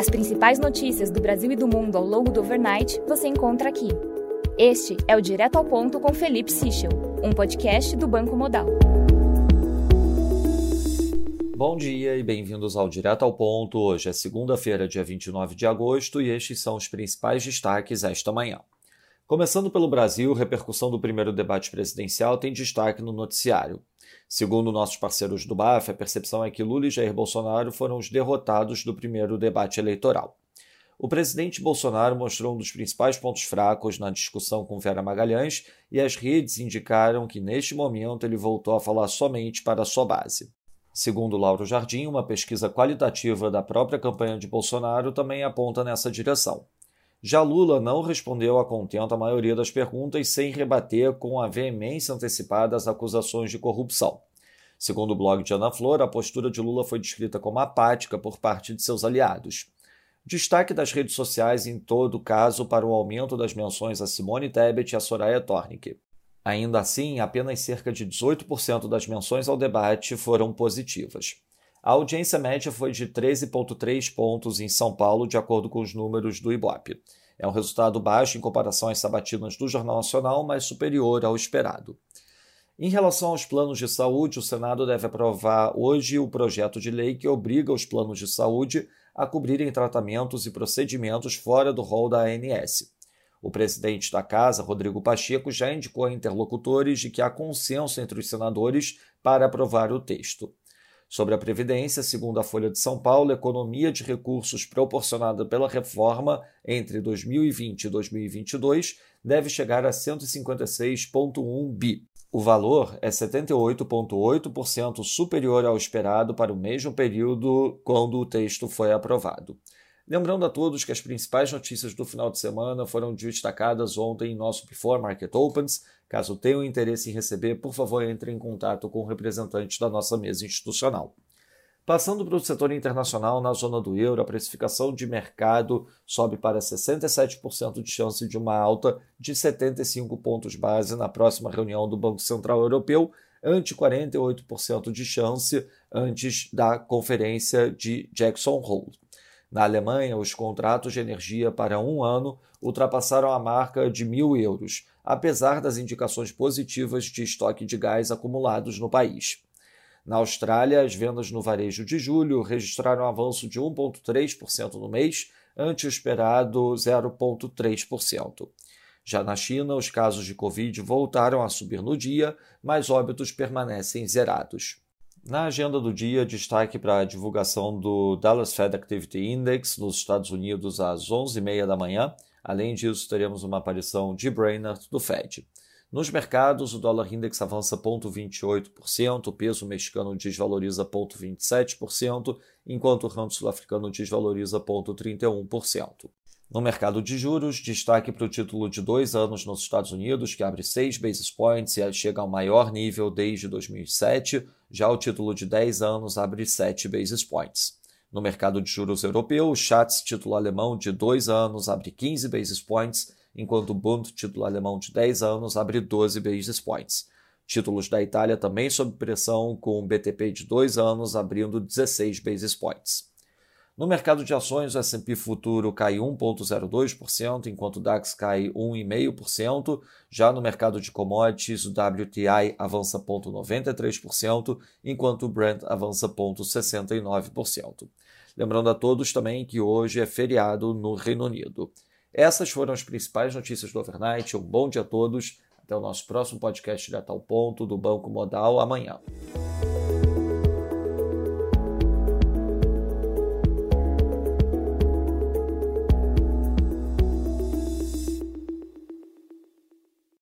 As principais notícias do Brasil e do mundo ao longo do overnight você encontra aqui. Este é o Direto ao Ponto com Felipe Sichel, um podcast do Banco Modal. Bom dia e bem-vindos ao Direto ao Ponto. Hoje é segunda-feira, dia 29 de agosto, e estes são os principais destaques esta manhã. Começando pelo Brasil, repercussão do primeiro debate presidencial tem destaque no noticiário. Segundo nossos parceiros do BAF, a percepção é que Lula e Jair Bolsonaro foram os derrotados do primeiro debate eleitoral. O presidente Bolsonaro mostrou um dos principais pontos fracos na discussão com Vera Magalhães e as redes indicaram que, neste momento, ele voltou a falar somente para a sua base. Segundo Lauro Jardim, uma pesquisa qualitativa da própria campanha de Bolsonaro também aponta nessa direção. Já Lula não respondeu a contento a maioria das perguntas sem rebater com a veemência antecipada as acusações de corrupção. Segundo o blog de Ana Flor, a postura de Lula foi descrita como apática por parte de seus aliados. Destaque das redes sociais, em todo caso, para o aumento das menções a Simone Tebet e a Soraya Tornike. Ainda assim, apenas cerca de 18% das menções ao debate foram positivas. A audiência média foi de 13,3 pontos em São Paulo, de acordo com os números do Ibope. É um resultado baixo em comparação às sabatinas do Jornal Nacional, mas superior ao esperado. Em relação aos planos de saúde, o Senado deve aprovar hoje o projeto de lei que obriga os planos de saúde a cobrirem tratamentos e procedimentos fora do rol da ANS. O presidente da Casa, Rodrigo Pacheco, já indicou a interlocutores de que há consenso entre os senadores para aprovar o texto. Sobre a Previdência, segundo a Folha de São Paulo, a economia de recursos proporcionada pela reforma entre 2020 e 2022 deve chegar a 156,1 bi. O valor é 78,8% superior ao esperado para o mesmo período quando o texto foi aprovado. Lembrando a todos que as principais notícias do final de semana foram destacadas ontem em nosso Before Market Opens. Caso tenham interesse em receber, por favor, entre em contato com o representante da nossa mesa institucional. Passando para o setor internacional, na zona do euro, a precificação de mercado sobe para 67% de chance de uma alta de 75 pontos base na próxima reunião do Banco Central Europeu, ante 48% de chance antes da conferência de Jackson Hole. Na Alemanha, os contratos de energia para um ano ultrapassaram a marca de 1.000 euros, apesar das indicações positivas de estoque de gás acumulados no país. Na Austrália, as vendas no varejo de julho registraram um avanço de 1,3% no mês, ante o esperado 0,3%. Já na China, os casos de Covid voltaram a subir no dia, mas óbitos permanecem zerados. Na agenda do dia, destaque para a divulgação do Dallas Fed Activity Index nos Estados Unidos às 11h30 da manhã. Além disso, teremos uma aparição de Brainerd do Fed. Nos mercados, o dólar index avança 0,28%, o peso mexicano desvaloriza 0,27%, enquanto o rand sul-africano desvaloriza 0,31%. No mercado de juros, destaque para o título de 2 anos nos Estados Unidos, que abre 6 basis points e chega ao maior nível desde 2007. Já o título de 10 anos abre 7 basis points. No mercado de juros europeu, o Schatz, título alemão de 2 anos, abre 15 basis points, enquanto o Bund, título alemão de 10 anos, abre 12 basis points. Títulos da Itália também sob pressão, com o BTP de 2 anos abrindo 16 basis points. No mercado de ações, o S&P Futuro cai 1,02%, enquanto o DAX cai 1,5%. Já no mercado de commodities, o WTI avança 0,93%, enquanto o Brent avança 0,69%. Lembrando a todos também que hoje é feriado no Reino Unido. Essas foram as principais notícias do overnight. Um bom dia a todos. Até o nosso próximo podcast Direto ao Ponto do Banco Modal amanhã.